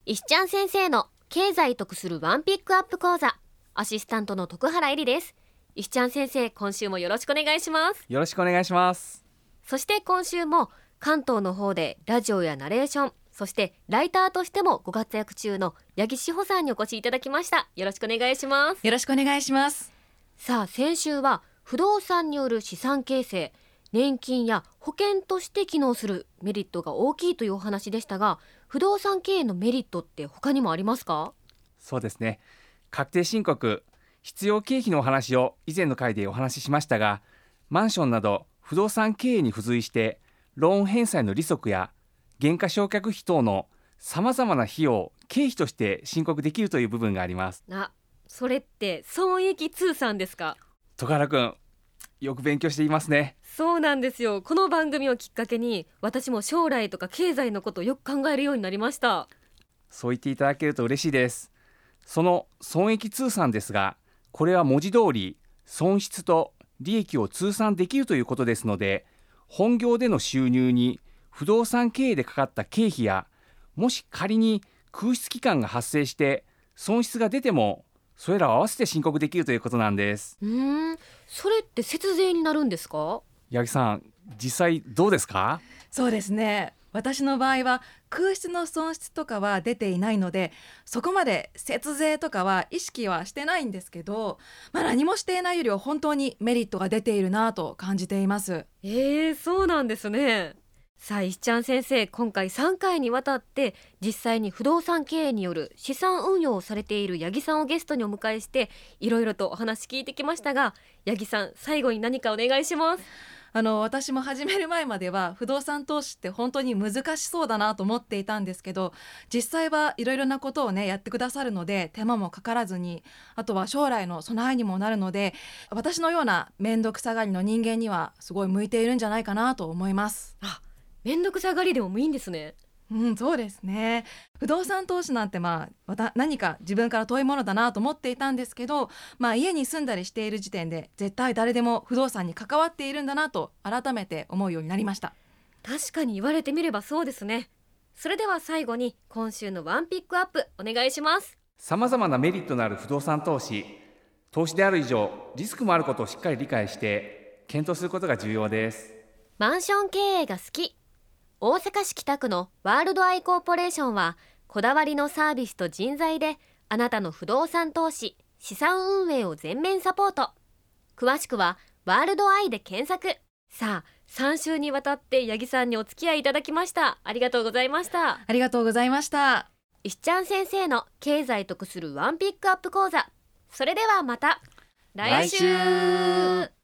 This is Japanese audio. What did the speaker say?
石ちゃん先生の経済得するワンピックアップ講座、アシスタントの徳原えりです。石ちゃん先生、今週もよろしくお願いします。 よろしくお願いします。 そして今週も関東の方でラジオやナレーション、そしてライターとしてもご活躍中の八木志保さんにお越しいただきました。よろしくお願いします。 よろしくお願いします。 さあ、先週は不動産による資産形成、年金や保険として機能するメリットが大きいというお話でしたが、不動産経営のメリットって他にもありますか？ そうですね、確定申告、必要経費のお話を以前の回でお話ししましたが、マンションなど不動産経営に付随してローン返済の利息や減価償却費等のさまざまな費用、経費として申告できるという部分があります。 それって損益通算ですか？ 徳原くん、よく勉強していますね。 そうなんですよ。この番組をきっかけに私も将来とか経済のことをよく考えるようになりました。 そう言っていただけると嬉しいです。その損益通算ですが、これは文字通り損失と利益を通算できるということですので、本業での収入に不動産経営でかかった経費や、もし仮に空室期間が発生して損失が出ても、それらを合わせて申告できるということなんです。 それって節税になるんですか？ 八木さん、実際どうですか？ そうですね、私の場合は空室の損失とかは出ていないので、そこまで節税とかは意識はしてないんですけど、何もしていないよりは本当にメリットが出ているなと感じています。 そうなんですね。さあ、石ちゃん先生、今回3回にわたって実際に不動産経営による資産運用をされている八木さんをゲストにお迎えして、いろいろとお話聞いてきましたが、八木さん、最後に何かお願いします。 私も始める前までは不動産投資って本当に難しそうだなと思っていたんですけど、実際はいろいろなことをねやってくださるので、手間もかからずに、あとは将来の備えにもなるので、私のような面倒くさがりの人間にはすごい向いているんじゃないかなと思います。 面倒くさがりでもいいんですね。 そうですね。不動産投資なんて何か自分から遠いものだなと思っていたんですけど、家に住んだりしている時点で絶対誰でも不動産に関わっているんだなと改めて思うようになりました。 確かに言われてみればそうですね。それでは最後に今週のワンピックアップお願いします。 さまざまなメリットのある不動産投資である以上、リスクもあることをしっかり理解して検討することが重要です。 マンション経営が好き、大阪市北区のワールドアイコーポレーションは、こだわりのサービスと人材であなたの不動産投資、資産運営を全面サポート。詳しくはワールドアイで検索。さあ、3週にわたって八木さんにお付き合いいただきました。ありがとうございました。 ありがとうございました。 石ちゃん先生の経済得するワンピックアップ講座、それではまた来週。